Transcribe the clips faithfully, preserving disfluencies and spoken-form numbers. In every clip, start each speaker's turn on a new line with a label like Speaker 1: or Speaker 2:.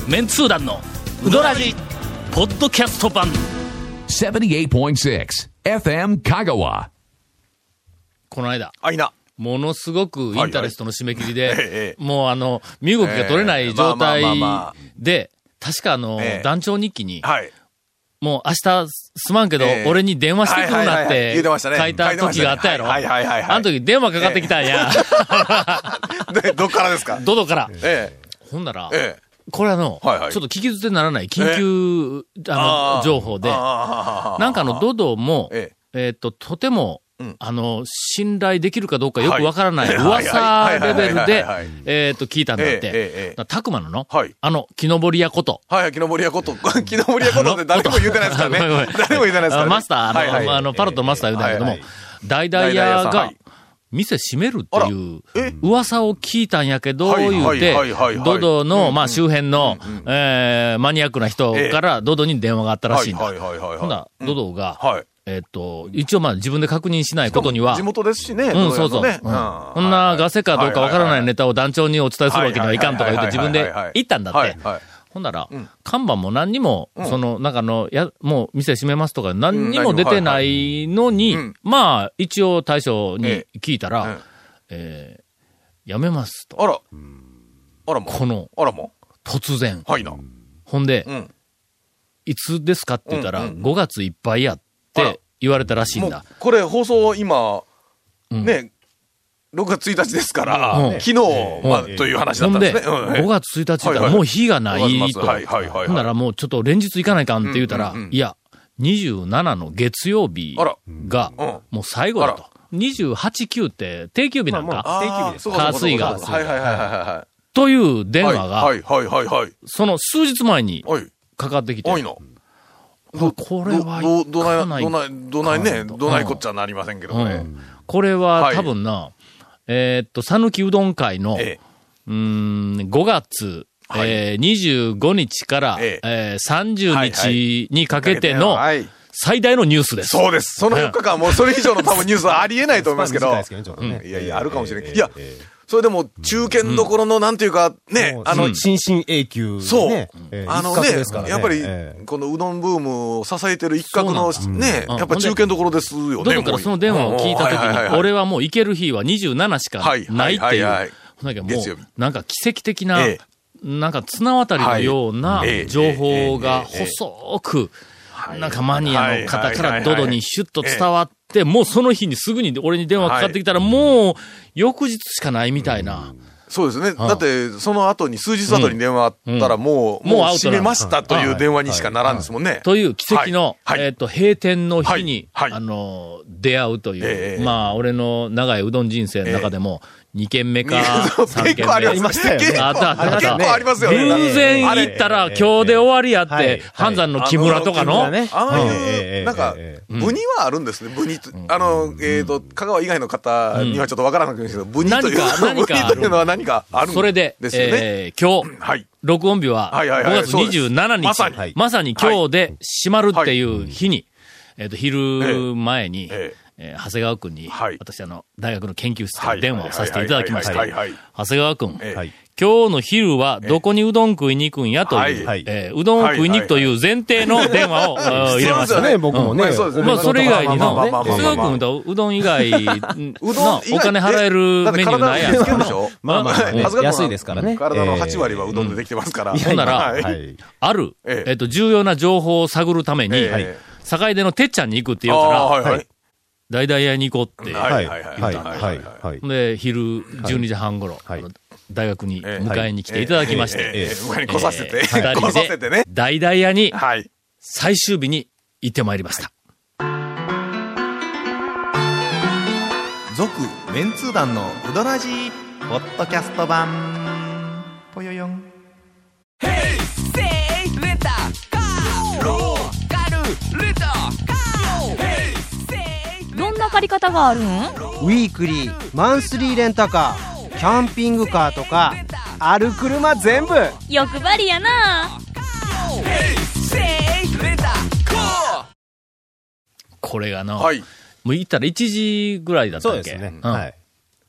Speaker 1: メンツー団のウドラジポッドキャスト版
Speaker 2: ななじゅうはちてんろく エフエム 香川。
Speaker 1: この間
Speaker 3: あいな
Speaker 1: ものすごくインタレストの締め切りで、
Speaker 3: はいはいええ
Speaker 1: もうあの身動きが取れない状態
Speaker 3: ええまあまあまあまあ
Speaker 1: で、確かあの、
Speaker 3: ええ
Speaker 1: 団長日記に、
Speaker 3: はい
Speaker 1: もう明日すまんけど、
Speaker 3: ええ
Speaker 1: 俺に電話してくる
Speaker 3: はいはいはい
Speaker 1: なって
Speaker 3: 言うてましたね
Speaker 1: 書いた時があったやろ。
Speaker 3: はいはいはいはい
Speaker 1: あの時電話かかってきたんや。
Speaker 3: でどっからですか
Speaker 1: どどから。
Speaker 3: え
Speaker 1: ほんなら、
Speaker 3: ええ
Speaker 1: これあの、
Speaker 3: はいはい
Speaker 1: ちょっと聞き捨てならない緊急、あの、
Speaker 3: あー
Speaker 1: 情報で、
Speaker 3: あー
Speaker 1: なんかあの、ドドも、
Speaker 3: え
Speaker 1: えーっと、とても、
Speaker 3: うん
Speaker 1: あの、信頼できるかどうかよくわからない
Speaker 3: はい
Speaker 1: 噂レベルで
Speaker 3: はいはいはいはいはい、
Speaker 1: えーっと、聞いたんだっ
Speaker 3: ええええ
Speaker 1: て
Speaker 3: ええ。
Speaker 1: たくまのの、
Speaker 3: はい
Speaker 1: あの、木登り屋こと。
Speaker 3: はいはい木登り屋こと木登り屋ことって誰も言うてないですからね
Speaker 1: ごめんごめん
Speaker 3: 誰も言うてないですからね
Speaker 1: あマスター、あの、
Speaker 3: はいはい
Speaker 1: あのパロットマスター言うんだけども、
Speaker 3: はいはい
Speaker 1: 大々屋が
Speaker 3: 大々屋さんはい、
Speaker 1: 店閉めるっていう
Speaker 3: あらえ
Speaker 1: 噂を聞いたんやけど、
Speaker 3: はい
Speaker 1: 言うて
Speaker 3: はいはいはいは、い
Speaker 1: ドドの、
Speaker 3: うん
Speaker 1: まあ周辺の
Speaker 3: うんうん、
Speaker 1: えーマニアックな人からドドに電話があったらしいんだ。
Speaker 3: はいはいはいはいはい
Speaker 1: ほんなら、ドドが、
Speaker 3: はい
Speaker 1: えっと、一応まあ自分で確認しないことには、
Speaker 3: 地元ですしね
Speaker 1: うん、そうそう。
Speaker 3: ね
Speaker 1: うんこんなガセかどうかわからないネタを団長にお伝えするわけにはいかんとか言って自分で言ったんだって。ほんなら、看板も何にも、その、なんかの、や、もう店閉めますとか何にも出てないのに、まあ、一応大将に聞いたら、えー、やめますと。
Speaker 3: あらあらも
Speaker 1: この、
Speaker 3: あらも
Speaker 1: 突然。
Speaker 3: はいな
Speaker 1: ほんで、
Speaker 3: うん
Speaker 1: いつですかって言ったら、
Speaker 3: うんうん
Speaker 1: ごがついっぱいやって言われたらしいん
Speaker 3: もう
Speaker 1: だ。
Speaker 3: これ放送今
Speaker 1: うん
Speaker 3: ねろくがつついたちですから
Speaker 1: うん
Speaker 3: 昨日まあという話だ
Speaker 1: ほんで、
Speaker 3: ったんですねうん
Speaker 1: ごがつついたち言った
Speaker 3: はいはい
Speaker 1: らもう日がないと。
Speaker 3: はいはいはいはい
Speaker 1: ほんならもうちょっと連日行かないかんって言うたら、
Speaker 3: うんうんうん
Speaker 1: いや、にじゅうななの月曜日
Speaker 3: あら
Speaker 1: が
Speaker 3: うん
Speaker 1: もう最後だ
Speaker 3: あ
Speaker 1: と。にじゅうはち、きゅうって定休日なんか、
Speaker 3: あー
Speaker 4: 定休日です
Speaker 3: そうかそうか
Speaker 1: 火水が
Speaker 3: そうかはいはいはいはいは
Speaker 1: という電
Speaker 3: い
Speaker 1: 話が、
Speaker 3: はいはいはいはい
Speaker 1: その数日前に
Speaker 3: はい
Speaker 1: かかってきて、
Speaker 3: はいな
Speaker 1: これは
Speaker 3: どどどない
Speaker 1: かない
Speaker 3: どないどないねどないこっちゃなりませんけどね
Speaker 1: うんこれは
Speaker 3: はい
Speaker 1: 多分な、えーっと、さぬきうどん会の、
Speaker 3: え
Speaker 1: うーん、ごがつ、
Speaker 3: はい
Speaker 1: えーにじゅうごにちから、
Speaker 3: え
Speaker 1: えーさんじゅうにちにかけて
Speaker 3: え
Speaker 1: の
Speaker 3: はい
Speaker 1: 最大のニュースです。
Speaker 3: そうですそのよっかかんもうそれ以上の多分ニュースはありえないと思いますけど
Speaker 4: 短いですけどねちょっとね
Speaker 3: いやいやあるかもしれないいやそれでも中堅どころのなんていうかねあの
Speaker 4: 新進永久
Speaker 3: そう
Speaker 4: ねえー
Speaker 3: あの
Speaker 4: 一角
Speaker 3: ね
Speaker 4: ですからね
Speaker 3: やっぱり
Speaker 4: えー
Speaker 3: このうどんブームを支えてる一角の
Speaker 1: そう
Speaker 3: ね
Speaker 1: うん
Speaker 3: やっぱ中堅どころですよね
Speaker 1: どこからその電話を聞いたときに、俺はもう行ける日はにじゅうしちしかないって
Speaker 3: はいはい
Speaker 1: いう
Speaker 3: はいはい。
Speaker 1: ほんだけども
Speaker 3: 月曜日
Speaker 1: う、なんか奇跡的な
Speaker 3: え、
Speaker 1: なんか綱渡りのような
Speaker 3: はいええ
Speaker 1: 情報が
Speaker 3: ええ
Speaker 1: 細く、なんかマニアの方か
Speaker 3: はい
Speaker 1: らドドにシュッと伝わって、もうその日にすぐに俺に電話かかってきたら、もう翌日しかないみたいな。
Speaker 3: そうですねだってその後に数日後に電話あったらもうもう
Speaker 1: もうアウト
Speaker 3: 閉めましたという
Speaker 1: はい
Speaker 3: 電話にしかならんですもんね
Speaker 1: という奇跡の、
Speaker 3: はいはい
Speaker 1: えっ、と、閉店の日に、
Speaker 3: はいはい
Speaker 1: あの、出会うという、
Speaker 3: ええ
Speaker 1: まあ、俺の長いうどん人生の中でも、にけんめか
Speaker 3: そう
Speaker 1: さんけんめ。
Speaker 3: 結構あります
Speaker 4: ありましたよね
Speaker 3: 結構
Speaker 1: あったあったあった
Speaker 3: 結構ありますよね
Speaker 1: 偶然行ったら、今日で終わりやって、
Speaker 4: はい
Speaker 1: 半山の木村とかの、
Speaker 3: あの
Speaker 4: ね
Speaker 3: ああい
Speaker 4: ええ
Speaker 3: うなんか
Speaker 4: ええ
Speaker 3: 部にはあるんですね部にあのえっと香川以外の方にはちょっとわからなくてですけど部にという
Speaker 1: 何か何かある
Speaker 3: 部にというのは何かあるん
Speaker 1: それで、
Speaker 3: ですよね
Speaker 1: えー今日、
Speaker 3: はい
Speaker 1: 録音日は
Speaker 3: はいはいはい
Speaker 1: ごがつにじゅうしちにち、
Speaker 3: まさに
Speaker 1: まさに今日で閉まるっていう日に、えっ、と、昼前に、
Speaker 3: ええ
Speaker 1: えー長谷川君に、
Speaker 3: はい
Speaker 1: 私あの、大学の研究室
Speaker 3: はい
Speaker 1: で電話をさせていただきまして、
Speaker 3: はいはいはいはい
Speaker 1: 長谷川君、
Speaker 3: ええ
Speaker 4: はい
Speaker 1: 今日の昼はどこにうどん食いに行くんやという、
Speaker 3: はい
Speaker 1: えーうどんを食いに行くという前提の電話を、あー入れましたね。
Speaker 4: ね僕もね
Speaker 3: うんそうですね
Speaker 1: まあ、それ以外にの、
Speaker 3: まあまあまあまあまあ
Speaker 1: 長谷川君とうどん以外
Speaker 3: うどん
Speaker 1: の
Speaker 3: 以外
Speaker 1: お金払えるメニューないやん
Speaker 3: だって体でつけるでしょ
Speaker 4: まあまあまあね
Speaker 3: 長谷川君は
Speaker 4: 安いですからね
Speaker 3: 体のはち割はうどんでできてますから
Speaker 1: ほんなら
Speaker 3: はい
Speaker 4: はい
Speaker 1: ある、
Speaker 3: ええ
Speaker 1: えっと、重要な情報を探るために、
Speaker 3: ええ
Speaker 1: 坂出のてっちゃんに行くって言うか
Speaker 3: あー
Speaker 1: ら、
Speaker 3: はいはい
Speaker 1: 大々屋に行こうって、
Speaker 3: はい
Speaker 4: はいはいはいはいはい
Speaker 1: で、昼じゅうにじはん頃、
Speaker 4: はい
Speaker 1: あの大学に
Speaker 3: ええ
Speaker 1: 迎えに来ていただきまして、
Speaker 3: ええええ迎えに来させて
Speaker 1: えー二
Speaker 3: 来さ
Speaker 1: 人で
Speaker 3: せてね、
Speaker 1: 大々屋に
Speaker 3: はい
Speaker 1: 最終日に行ってまいりました。
Speaker 5: 続メンツー団のウドラジーポッドキャスト版ぽよよん
Speaker 6: どんな借り方があるん？
Speaker 7: ウィークリーマンスリーレンタカーキャンピングカーとかある車全部
Speaker 6: 欲張りやな。
Speaker 1: これがの、
Speaker 3: はい
Speaker 1: もう行ったらいちじぐらいだったっけ
Speaker 4: そうですね
Speaker 1: うん
Speaker 4: はい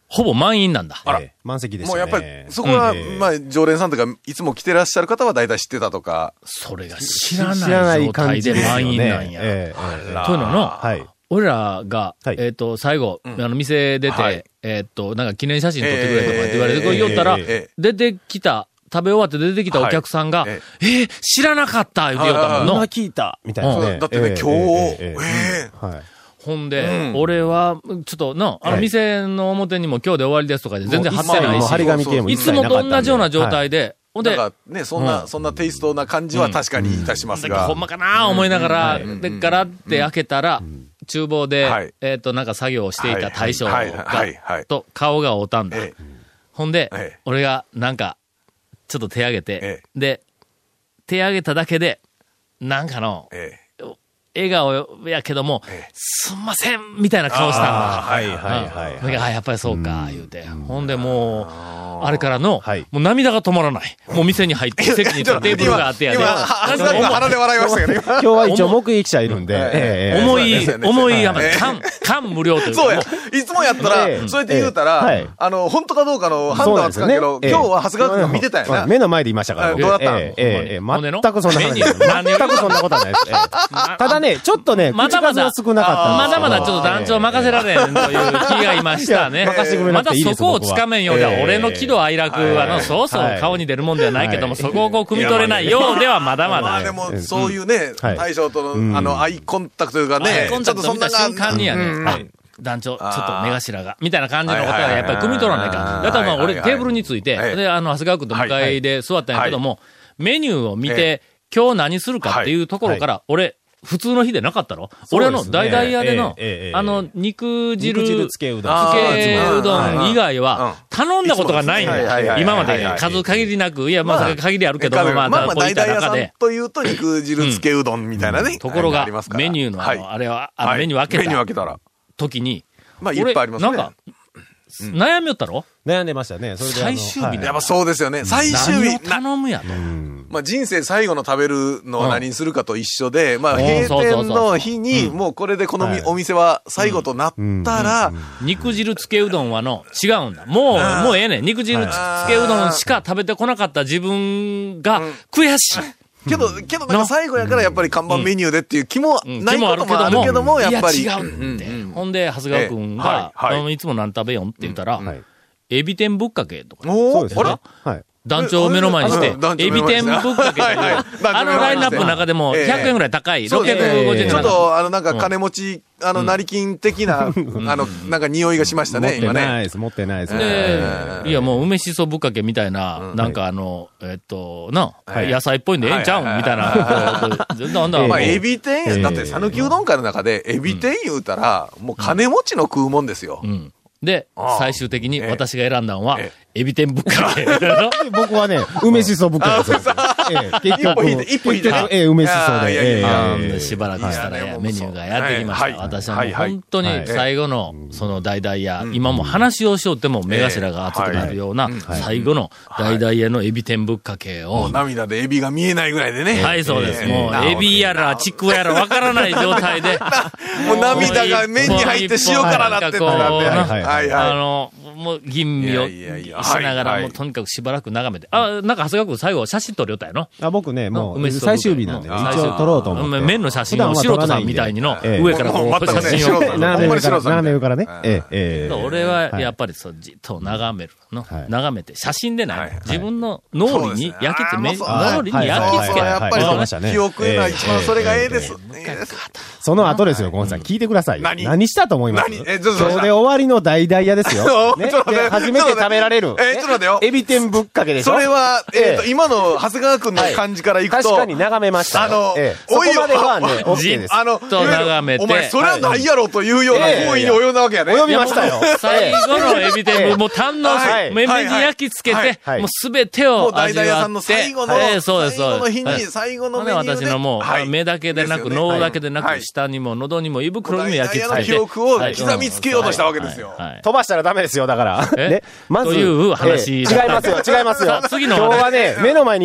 Speaker 1: ほぼ満員なんだ。
Speaker 4: あら、満席でしたね。
Speaker 3: もうやっぱり、そこは、まあ、常連さんとか、いつも来てらっしゃる方は大体知ってたとか。
Speaker 1: それが知らない状態で満員なんや。というのの、はい、俺らが、はい、えっ、ー、と、最後、うん、あの、店出て、はい、えっ、ー、と、なんか記念写真撮ってくれとかって言われて、これ言ったら、出てきた、食べ終わって出てきたお客さんが、はい、ええー、知らなかった言って言ったもんの。
Speaker 4: 今聞いたみたいな、ね。
Speaker 3: だってね、今日、え
Speaker 1: えはい。ほんで、うん、俺は、ちょっとの、あの、店の表にも今日で終わりですとかで全然貼ってないし、
Speaker 4: 張り紙系も
Speaker 1: いつもと同じような状態で、
Speaker 3: ほんで、なんかね、そんな、うん、そんなテイストな感じは確かにいたしますが。
Speaker 1: うん、ほんまかな思いながら、うん、で、ガラって開けたら、うん、厨房で、はい、えっ、ー、と、なんか作業をしていた大将が、と顔が合うたんだ。ええ、ほんで、ええ、俺がなんか、ちょっと手挙げて、ええ、で、手挙げただけで、なんかの、ええ笑顔やけども、ええ、すんませんみたいな顔したんだ。
Speaker 4: はいはいはい、
Speaker 1: はい。やっぱりそうか、言うて。ほんでもう、あれからの、はい、もう涙が止まらない。もう店に入って、席にテーブルがあってやで。
Speaker 3: 今、鼻で笑いましたけど、今。
Speaker 4: 今日は一応目撃者いるんで。
Speaker 1: ええ、重い、重い、やっぱり、感、感無量というか。
Speaker 3: そうや。いつもやったら、ええ、そうやって言うたら、ええ、あの、本当かどうかの判断はつかんけど、ね、今日は長谷川君が見てたよな。
Speaker 4: 目の前でいましたから。
Speaker 3: どうだったん
Speaker 4: ええ、全くそんな話。全くそんなことはないです。ただね、ちょっとね、
Speaker 1: まだまだ、
Speaker 4: 少なかった
Speaker 1: まだまだちょっと団長任せられんという気がいましたね。まだそこをつかめんようでは、俺の喜怒哀楽はの、そうそう顔に出るもんではないけども、そこをこう、汲み取れないようではまだまだ。
Speaker 3: まあでも、そういうね、大将との、あの、アイコンタクトというかね、
Speaker 1: アイコンタクト見た瞬間にやね、団長、ちょっと目頭が、みたいな感じのことはやっぱり汲み取らないか。だからまあ俺テーブルについて、で、あの、長谷川君と向かいで座ったんやけども、メニューを見て、今日何するかっていうところから、俺、普通の日でなかったろ、ね、俺の大々屋での、ええええ、あの、肉汁、肉汁つけうどん。つけうどん以外は、頼んだことがないんだよ。今まで数限りなく、いや、まあ、限りあるけども、まあ、
Speaker 3: まあ、まあ、大々屋さんというと肉汁つけうどんみたいなね。うん、
Speaker 1: ところが、メニューの、あの、あれは、あのメニュー開けた。メニュー開けたら。時に、
Speaker 3: まあ、いっぱいありますね。
Speaker 1: なんか、悩みよったろ
Speaker 4: 悩んでましたね。それで
Speaker 1: 最終日
Speaker 3: ね。やっぱそうですよね。最終日。
Speaker 1: 何を頼むやと。
Speaker 3: まあ人生最後の食べるのを何にするかと一緒で、まあ閉店の日に、もうこれでこのお店は最後となったら、
Speaker 1: 肉汁つけうどんはの、違うんだ。もう、もうええねん。肉汁つけうどんしか食べてこなかった自分が悔しい。
Speaker 3: けど、けどなんか最後やからやっぱり看板メニューでっていう気もないこともあるけども、やっぱり。
Speaker 1: いや違うって。ほんで、長谷川くんが、いつも何食べよんって言ったら、エビ天ぶっかけとか。
Speaker 4: そうですね。はい。
Speaker 1: 団長を目の前にして、エビ天ぶっかけという、あのラインナップの中でもひゃくえんぐらい高い、ろっぴゃくごじゅうえん。
Speaker 3: ちょっと、あの、なんか金持ち、あの、成金的な、あの、なんか匂いがしましたね、
Speaker 4: 今ね。持ってないです、持ってないです。
Speaker 1: で、いやもう梅しそぶっかけみたいな、なんかあの、えっと、な、野菜っぽいんでええんちゃうんみたいな。
Speaker 3: まあ、エビ天、だって讃岐うどん会の中で、エビ天言うたら、もう金持ちの食うもんですよ。
Speaker 1: で、最終的に私が選んだのは、エビ天ぶっかけ。
Speaker 4: 僕はね、梅しそぶっかけです。結局、
Speaker 3: 一歩引いて、
Speaker 4: ええ、梅しそで。
Speaker 1: しばらくしたらメニューがやってきました。私はもう本当に最後の、その大々屋、今も話をしようっても目頭が熱くなるような、最後の大々屋のエビ天ぶっかけを。
Speaker 3: 涙でエビが見えないぐらいでね。
Speaker 1: はい、そうです。もう、エビやら、ちくわやらわからない状態で。
Speaker 3: もう涙が麺に入って塩辛なってたらね。
Speaker 1: あの、もう吟味をしながら、もうとにかくしばらく眺めて。あ、なんか長谷川君最後写真撮りよったやの
Speaker 4: あ、僕ね、もう最終日なんで、一応撮ろうと思って。
Speaker 1: 麺の写真を素人さんみたいにの、上からこう写真を。
Speaker 4: 斜め上からね。
Speaker 1: 俺はやっぱりそう、じっと眺めるの。眺めて、写真でない。自分の脳裏に焼き付け、脳裏に焼き付け。
Speaker 3: やっぱり記憶が一番それがええです。
Speaker 4: その後ですよ、ゴンさん。聞いてください。何したと思います？今日で終わりの大々屋ですよ。初めて食べられる。
Speaker 3: え、ちょっと待ってよ。
Speaker 4: エビ天ぶっかけでしょ。
Speaker 3: それは、えっと、今の長谷川くんの感じからいくと。
Speaker 4: 確かに眺めました。あの、
Speaker 3: そこ
Speaker 4: まではね、オッケーです。
Speaker 1: あの、と眺めて。
Speaker 3: お前、それはないやろというような行為に及んだわけやね。
Speaker 4: 及びましたよ。
Speaker 1: 最後のエビ天も堪能して、目に焼き付けて、もうすべてを味わって。大々屋さんの最
Speaker 3: 後の、
Speaker 1: そうです、そうです。
Speaker 3: 最後の日に、最後のメニューで。
Speaker 1: 私のもう、目だけでなく、脳だけでなく、下にも喉にも胃袋にも焼き付けて。
Speaker 3: 記憶を刻みつけようとしたわけですよ。
Speaker 4: 飛ばしたらダメですよ、だから。ね。
Speaker 1: まず、という話。
Speaker 4: 違いますよ、違いますよ。
Speaker 1: 次の。
Speaker 4: 今日はね、目の前にいましたからね、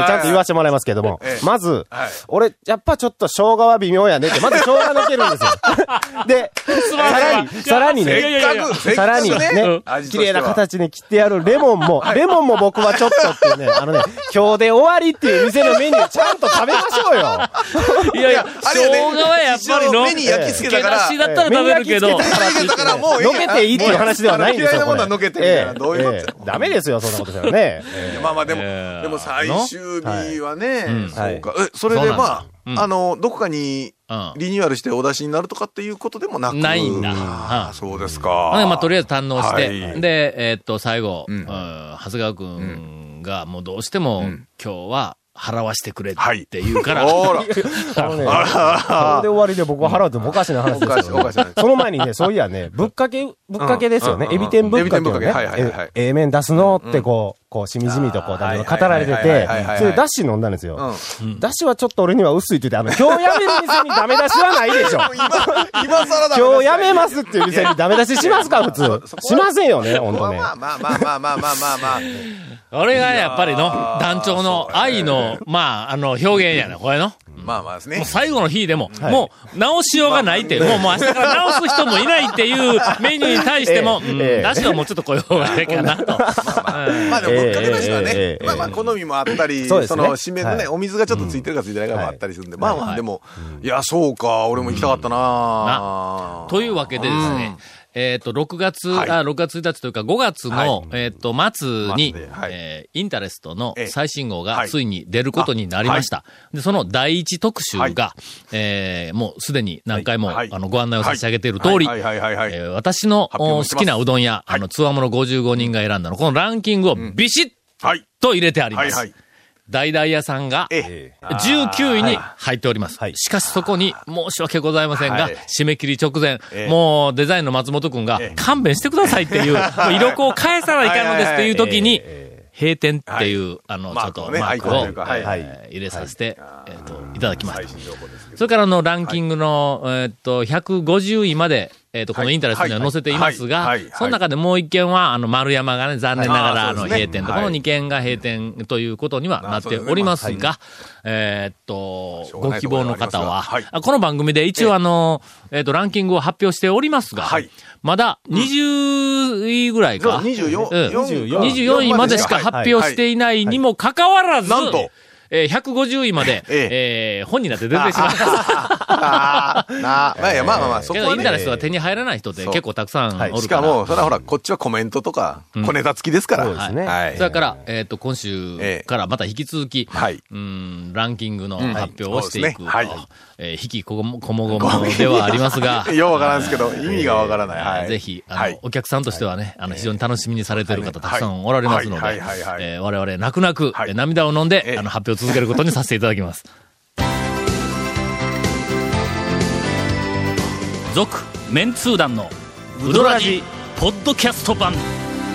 Speaker 4: ちゃんと言わせてもらいますけども、まず、俺、やっぱちょっと生姜は微妙やねって、まず生姜抜けるんですよ。で、さらに、さらにね、さらにね、綺麗な形に切ってやるレモンも、レモンも僕はちょっとっていうね、あのね、今日で終わりっていう店のメニューちゃんと食べましょうよ。
Speaker 1: いやいや、生姜はやっぱりの、
Speaker 3: 目に焼き付けたから、
Speaker 1: 付け出しだったら食べるけど、
Speaker 4: のけていいっていう話ではないんですよ。
Speaker 3: 嫌いなものはのけてみたいな、どういうこと
Speaker 4: ダメですよ、そんなことしたらね。
Speaker 3: まあまあでも、でも最終日はね、そうか。え、それでまあ、あの、どこかにリニューアルしてお出しになるとかっていうことでもなく。
Speaker 1: ないんだ。
Speaker 3: ああ、そうですか。
Speaker 1: まあとりあえず堪能して、で、えっと、最後、長谷川くんがもうどうしても今日は、払わしてくれって言うから。
Speaker 3: ほら。
Speaker 4: あのね、それで終わりで僕は払うってもおかしな話ですよ、ね。その前にね、そういやね、ぶっかけ、ぶっかけですよね。エビ天ぶっかけをね、ええ麺出すのってこう、こう、しみじみとこう、語られてて、それでダッシュ飲んだんですよ。ダッシュはちょっと俺には薄いって言って、あの、今日やめる店にダメ出しはないでしょ。
Speaker 3: 今更だ。
Speaker 4: 今日やめますっていう店にダメ出ししますか、普通。しませんよね、ほんとね。
Speaker 3: まあまあまあまあまあまあまあまあ。
Speaker 1: 俺がやっぱりの、団長の愛の、まあ、あの、表現やな、これの。
Speaker 3: まあまあですね。
Speaker 1: もう最後の日でも、もう直しようがないって、もうもう明日から直す人もいないっていうメニューに対しても、ダッシュはもうちょっと来ようがないかなと。
Speaker 3: まあでもぶっかけだしはね、まあまあ好みもあったり、その締めのね、お水がちょっとついてるかついてないかもあったりするんで、まあまあでも、いや、そうか、俺も行きたかったな。
Speaker 1: というわけでですね、えっと、ろくがつ、あ、ろくがつついたちというかごがつの、えっと、末に、えインタレストの最新号がついに出ることになりました。で、その第一特集が、えもうすでに何回も、あの、ご案内を差し上げている通り、私の好きなうどん屋、あの、つわものごじゅうごにんが選んだの、このランキングをビシッと入れてあります。大々屋さんがじゅうきゅういに入っております。しかしそこに申し訳ございませんが、締め切り直前、もうデザインの松本くんが勘弁してくださいっていう、色子を返さないかんのですっていう時に、閉店っていう、あの、ちょっとマークを入れさせて、えっと、いただきました。それからのランキングの、えっと、ひゃくごじゅういまで、えっと、このインタレストには載せていますが、その中でもう一件は、あの、丸山がね、残念ながら、あの、閉店と、この二件が閉店ということにはなっておりますが、えっと、ご希望の方は、この番組で一応あの、えっと、ランキングを発表しておりますが、まだにじゅういぐらいか、
Speaker 3: にじゅうよん、
Speaker 1: にじゅうよんいまでしか発表していないにもかかわらず、なんと、えー、ひゃくごじゅういまで、えー、本になって出てしまった。
Speaker 3: ああ、まあいや、まあまあまあ、そこはね。
Speaker 1: インタレストが手に入らない人って結構たくさんおるから。
Speaker 3: しかも、それはほら、こっちはコメントとか、小ネタ付きですから。
Speaker 4: そうですね。
Speaker 1: はい。それから、えっと、今週からまた引き続き、はい。うん、ランキングの発表をしていく。はい。えー、引きこもごもではありますが。
Speaker 3: ようわからんですけど、意味がわからない。はい。
Speaker 1: ぜひ、あの、お客さんとしてはね、あの、非常に楽しみにされている方たくさんおられますので、え我々泣く泣く、涙を飲んで、あの、発表を続けることにさせていただきます。続メンツー団のウドラジポッドキャスト版。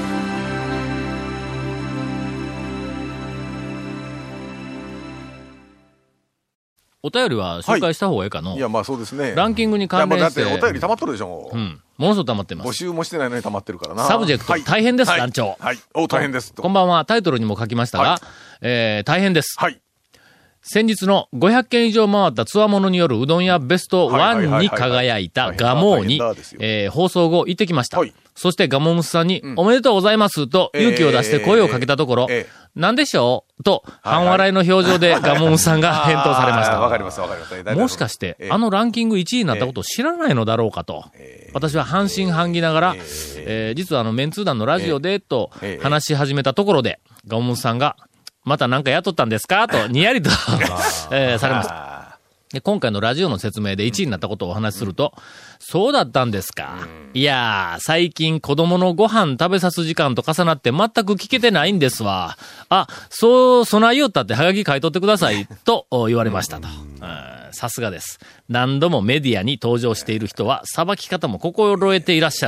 Speaker 1: お便りは紹介した方がいいかの、
Speaker 3: はい、いや、まあそうですね。
Speaker 1: ランキングに関連して。
Speaker 3: いや、だってお便り溜まっとるでしょ。
Speaker 1: うん。ものすごく溜まってます。
Speaker 3: 募集もしてないのに溜まってるからな。
Speaker 1: サブジェクト、はい、大変です、団長。
Speaker 3: はい。はい、お、大変です。
Speaker 1: こんばんは。タイトルにも書きましたが、はい、えー、大変です。
Speaker 3: はい。
Speaker 1: 先日のごひゃっけん以上回ったつわものによるうどん屋ベストワンに輝いたガモーに、えー、放送後行ってきました。はい、そしてガモムスさんに、うん、おめでとうございますと勇気を出して声をかけたところ、えーえー、なんでしょうと、半笑いの表情でガモムスさんが返答されました。
Speaker 3: わかりますわかります。
Speaker 1: もしかして、えー、あのランキングいちいになったことを知らないのだろうかと、えー、私は半信半疑ながら、えーえー、実はあのメンツー団のラジオでと話し始めたところで、ガモムスさんが、また何か雇ったんですかと、にやりと、えー、されました。で、今回のラジオの説明でいちいになったことをお話しすると、うん、そうだったんですか。いやー、最近子供のご飯食べさす時間と重なって全く聞けてないんですわ。あ、そう、そない言うたってハガキ書いとってください、と言われましたと。さすがです。何度もメディアに登場している人は、裁き方も心得ていらっしゃると。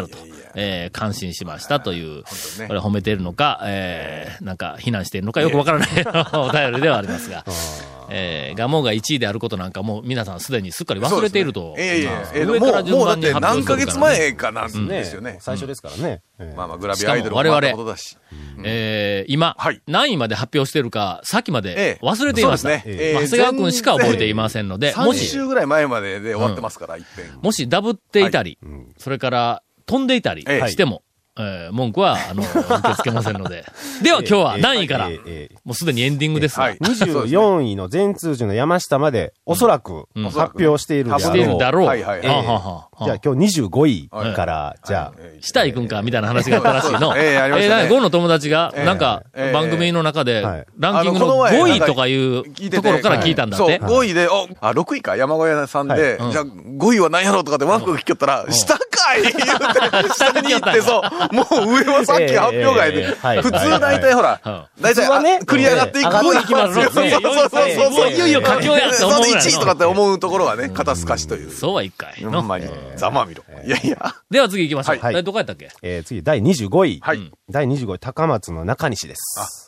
Speaker 1: えー、感心しましたという、これ褒めているのか、えー、なんか非難しているのかよくわからないお便りではありますが、えー、ガモがいちいであることなんかもう皆さんすでにすっかり忘れていると。
Speaker 3: ええ、上から順番に発表するから、ね。もうだって何ヶ月前かなんですよね。
Speaker 4: 最初ですからね。
Speaker 3: まあまあ、グラビアアイドルも終わったことだし。
Speaker 1: えー、今、はい、何位まで発表しているか、さっきまで忘れていました。えええー、長谷川くんしか覚えていませんので、
Speaker 3: もし。さん週ぐらい前までで終わってますから、うん、一遍。
Speaker 1: もしダブっていたり、はい、それから飛んでいたりしても、えー、文句は、あの、受け付けませんので。では今日は何位から、えーえー、もうすでにエンディングですが、はい、
Speaker 4: にじゅうよんいの全通寺の山下まで、おそらく発表しているであろう。
Speaker 1: しているだろう。
Speaker 4: じゃあ今日にじゅうごいから、じゃあ。
Speaker 1: 下行くんかみたいな話があったらしいの。えー、ありましたね。えー、ゴーの友達が、なんか、番組の中で、ランキングのごいとかいうところから聞いたんだって。
Speaker 3: そう、ごいで、あ、ろくいか、山小屋さんで、じゃあごいは何やろうとかってワンコが聞きよったら、下かい言うて、下に行ってそう、もう上はさっき発表外で、普通大体ほら、大体繰り上がっていく。
Speaker 1: ごい行きますよ。そうそうそうそう。いよいよ佳境やって思う。
Speaker 3: いちいとかって思うところはね、肩透かしという。
Speaker 1: そうはいっかい。
Speaker 3: ほんまに。ざまみろ。いやいや。
Speaker 1: では次行きましょう。はい。どこやったっけ？
Speaker 4: えー、次、だいにじゅうごい。はい。だいにじゅうごい、高松の中西です。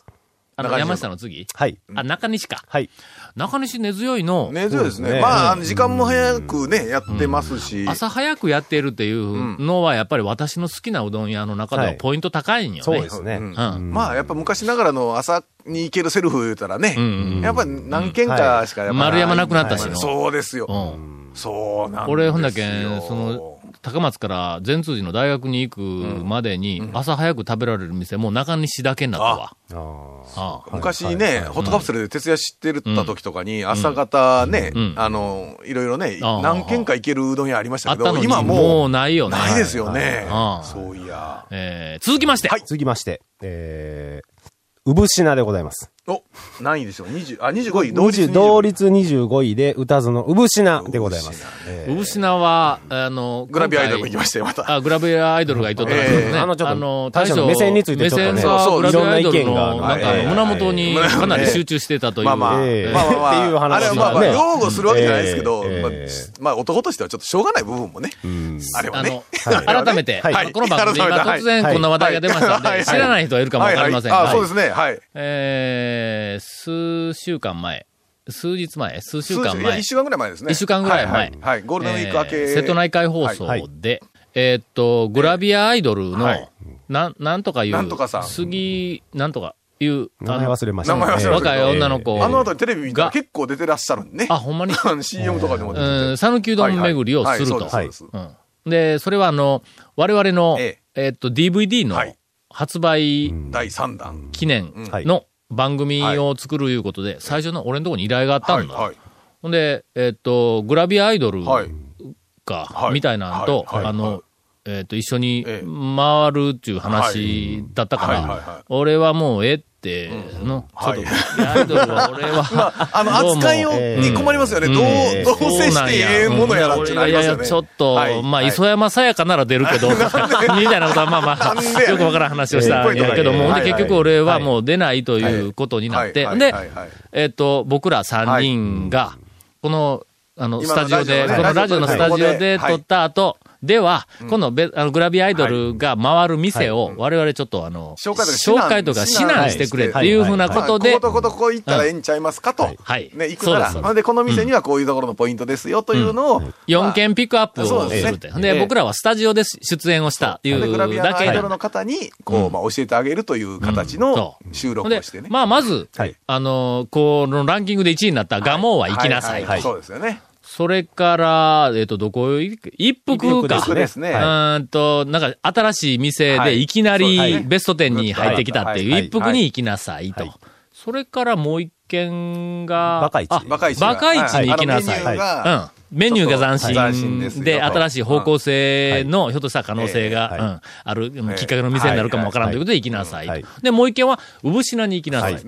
Speaker 1: あの、山下の次？
Speaker 4: はい。
Speaker 1: あ、中西か。
Speaker 4: はい。
Speaker 1: 中西根強いの。
Speaker 3: 根強いですね。まあ、時間も早くね、やってますし。
Speaker 1: 朝早くやっているっていうのは、やっぱり私の好きなうどん屋の中ではポイント高いんよね。
Speaker 4: そうですね。
Speaker 3: まあ、やっぱ昔ながらの朝に行けるセルフ言うたらね、やっぱり何軒かしかやっぱ
Speaker 1: 丸山なくなったしの。
Speaker 3: そうですよ。そうなんですよ。
Speaker 1: 俺、ほんだけん、その、高松から善通寺の大学に行くまでに、朝早く食べられる店、もう中西だけになったわ。
Speaker 3: ああ昔ね、ホットカプセルで徹夜してた時とかに、朝方ね、あの、いろいろね、何軒か行けるうどん屋ありましたけど、今もう、
Speaker 1: もうないよね。
Speaker 3: ないですよね。そういや。
Speaker 1: えー、続きまして。
Speaker 4: はい、続きまして、えー、うぶしなでございます。
Speaker 3: お、何位でしょう？ にじゅう、あ、にじゅうごい、
Speaker 4: 同率同率にじゅうごいで、歌津のうぶしなでございます。
Speaker 1: うぶしなは、あの、
Speaker 3: グラビアアイドルも行きましたよ、また。
Speaker 1: あ、グラビアアイドルがいとったんですけどね。
Speaker 4: あの、ちょっと、あの、大将の目線についてちょっとね、
Speaker 1: 目線がグラビアアイドルの、なんか、胸元にかなり集中してたという。まあ
Speaker 3: まあ、
Speaker 1: って
Speaker 3: いう話。あれはまあまあ、擁護するわけじゃないですけど、まあ、男としてはちょっとしょうがない部分もね。あれはね。
Speaker 1: 改めて、この番組で今突然こんな話題が出ましたので、知らない人はいるかもわかりませんが。
Speaker 3: あ、そうですね、はい。
Speaker 1: えー、数週間前、数日前、数週間前。
Speaker 3: 一週間ぐらい前ですね。
Speaker 1: 一週間ぐらい前。
Speaker 3: はい。ゴールデンウィーク明け。
Speaker 1: 瀬戸内海放送で、えっと、グラビアアイドルの、なん、なんとかいう、
Speaker 3: なんとかさん。
Speaker 1: 杉、なんとかいう、
Speaker 4: 名前忘れました。
Speaker 3: 名前忘れました。
Speaker 1: 若い女の子。
Speaker 3: あの後テレビ見たら結構出てらっしゃるんね。
Speaker 1: あ、ほんまに
Speaker 3: シーエム とかでも出てて。
Speaker 1: うん、讃岐うどん巡りをすると。で、それはあの、我々の、えっと、ディーブイディー の発売、
Speaker 3: だいさんだん
Speaker 1: 記念の、番組を作るいうことで、最初の俺のところに依頼があったんだ。ほんで、えっと、グラビアアイドルか、みたいなんと、あの、えっと、一緒に回るっていう話だったから、俺はもうええって、の、ちょっと、グラビアアイドルは俺は、
Speaker 3: あの、扱いに困りますよね。どう、どう接してええものやらってなりますよね。
Speaker 1: いやいや、ちょっと、まあ、磯山さやかなら出るけど、みたいなことはまあまあ、よくわからん話をしたんやけども、で、結局俺はもう出ないということになって、で、えっと、僕らさんにんが、この、あの、スタジオで、このラジオのスタジオで撮った後、では、このベあのグラビアアイドルが回る店を、我々ちょっとあの、紹介とか指南してくれっていうふうなことで、
Speaker 3: こことここここ行ったらええんちゃいますかと。
Speaker 1: はい。
Speaker 3: ね、行くなら。ほんで、この店にはこういうところのポイントですよというのを。
Speaker 1: よんけんピックアップをするって。で、僕らはスタジオで出演をしたっていうだけ。
Speaker 3: グラビアアイドルの方に、こう、まあ、教えてあげるという形の収録をしてね。
Speaker 1: まあ、まず、あの、このランキングでいちいになったガモーは行きなさい。
Speaker 3: そうですよね。
Speaker 1: それから、えっと、どこ行く一服か。
Speaker 3: ですね。
Speaker 1: うんと、なんか、新しい店でいきなりベストじゅうに入ってきたっていう一服に行きなさいと。それからもう一軒が、
Speaker 4: バカイチ。
Speaker 3: バカイチ。
Speaker 1: バカイチに行きなさい。うん。メニューが斬新で、新しい方向性の、ひょっとした可能性が、ある、きっかけの店になるかもわからんということで行きなさいと。で、もう一軒は、うぶしなに行きなさい。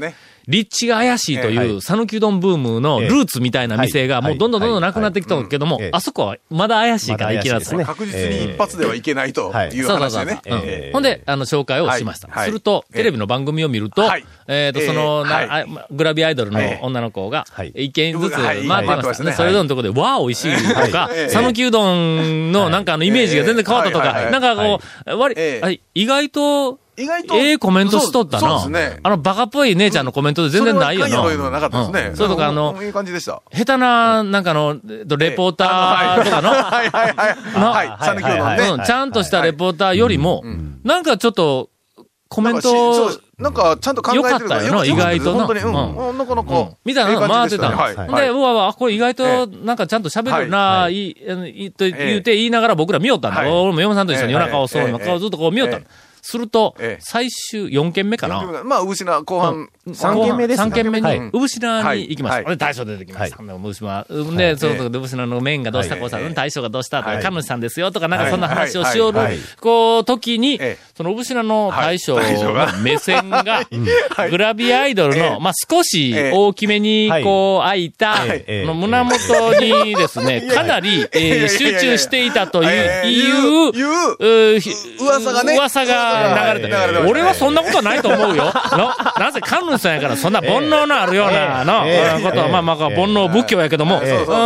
Speaker 1: 立地が怪しいという、讃岐うどんブームのルーツみたいな店が、もうどんどんどんどんなくなってきたけども、あそこはまだ怪しいから行きなさい。
Speaker 3: 確実に一発ではいけないという話でね。
Speaker 1: ほんで、あの、紹介をしました。すると、テレビの番組を見ると、えっと、その、グラビアアイドルの女の子が、一軒ずつ回ってましたね。それぞれのところで、わあ、美味しいとか、讃岐うどんのなんかあのイメージが全然変わったとか、なんかこう、割り、意外と、意外と。ええコメントしとったな。そうですね。あの、バカっぽい姉ちゃんのコメントで全然ないよな。
Speaker 3: そういうのはなかったですね。
Speaker 1: そうとか、あの、
Speaker 3: いい感じでした。
Speaker 1: 下手な、なんかの、レポーターとかの、
Speaker 3: はいはいはい。はい。讃岐うどんね。
Speaker 1: ちゃんとしたレポーターよりも、なんかちょっと、コメント、
Speaker 3: なんか、ちゃんと考えてる
Speaker 1: よかったよな、意外とな。
Speaker 3: 本当に、うん。なかなか。
Speaker 1: みたいなの回ってたの。で、うわわ、これ意外と、なんかちゃんと喋るな、いい、と言うて言いながら僕ら見よったんだ。俺も嫁さんと一緒に夜中をそう、夜中をずっとこう見よったの。すると、最終よんけんめかな。
Speaker 3: まあ、うしな、後半。
Speaker 4: さんけんめです。
Speaker 1: さんけんめに、うぶしなに行きました。大将出てきました。うぶしな。で、そのとこでうぶしなの麺がどうしたこうした、大将がどうしたとか、神主さんですよとか、なんかそんな話をしよる、こう、時に、そのうぶしなの大将の目線が、グラビアアイドルの、まあ、少し大きめに、こう、開いた、胸元にですね、かなり、集中していたという、
Speaker 3: 噂がね。
Speaker 1: 噂が流れて、俺はそんなことはないと思うよ。なぜ神主さんやからそんな煩悩のあるような、の、ことは、まあまあ、煩悩仏教やけども、うん、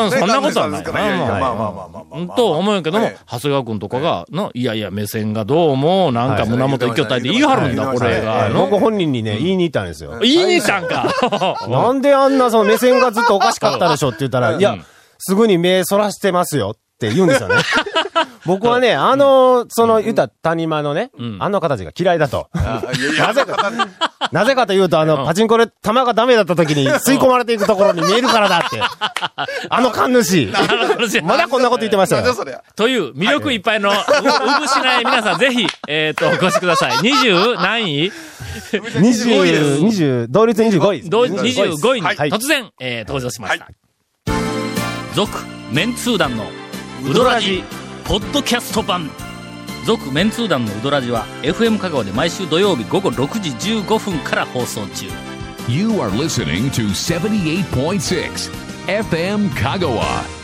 Speaker 1: そんなことはない。と思うんやけども、長谷川くんとかが、の、いやいや、目線がどうも、なんか胸元一挙体で言い張るんだ、これが。
Speaker 4: 僕本人にね、言いに行ったんですよ。
Speaker 1: 言いに行ったんか。
Speaker 4: なんであんなその目線がずっとおかしかったでしょって言ったら、いや、すぐに目そらしてますよって言うんですよね。僕はね、あの、その、言った谷間のね、あの形が嫌いだと。なぜか、なぜかというと、あの、パチンコで玉がダメだった時に吸い込まれていくところに見えるからだって。あの神主。まだこんなこと言ってましたよ。
Speaker 1: という魅力いっぱいの、うぶしない皆さんぜひ、えっと、お越しください。にじゅう何位 ?
Speaker 4: にじゅう、にじゅう、同率にじゅうごい。
Speaker 1: にじゅうごいに突然、えー、登場しました。続、メンツー団のウドラジポッドキャスト版。続メンツー団のウドラジは エフエム 香川で毎週土曜日午後ろくじじゅうごふんから放送中。
Speaker 2: You are listening to seventy-eight point six エフエム 香川。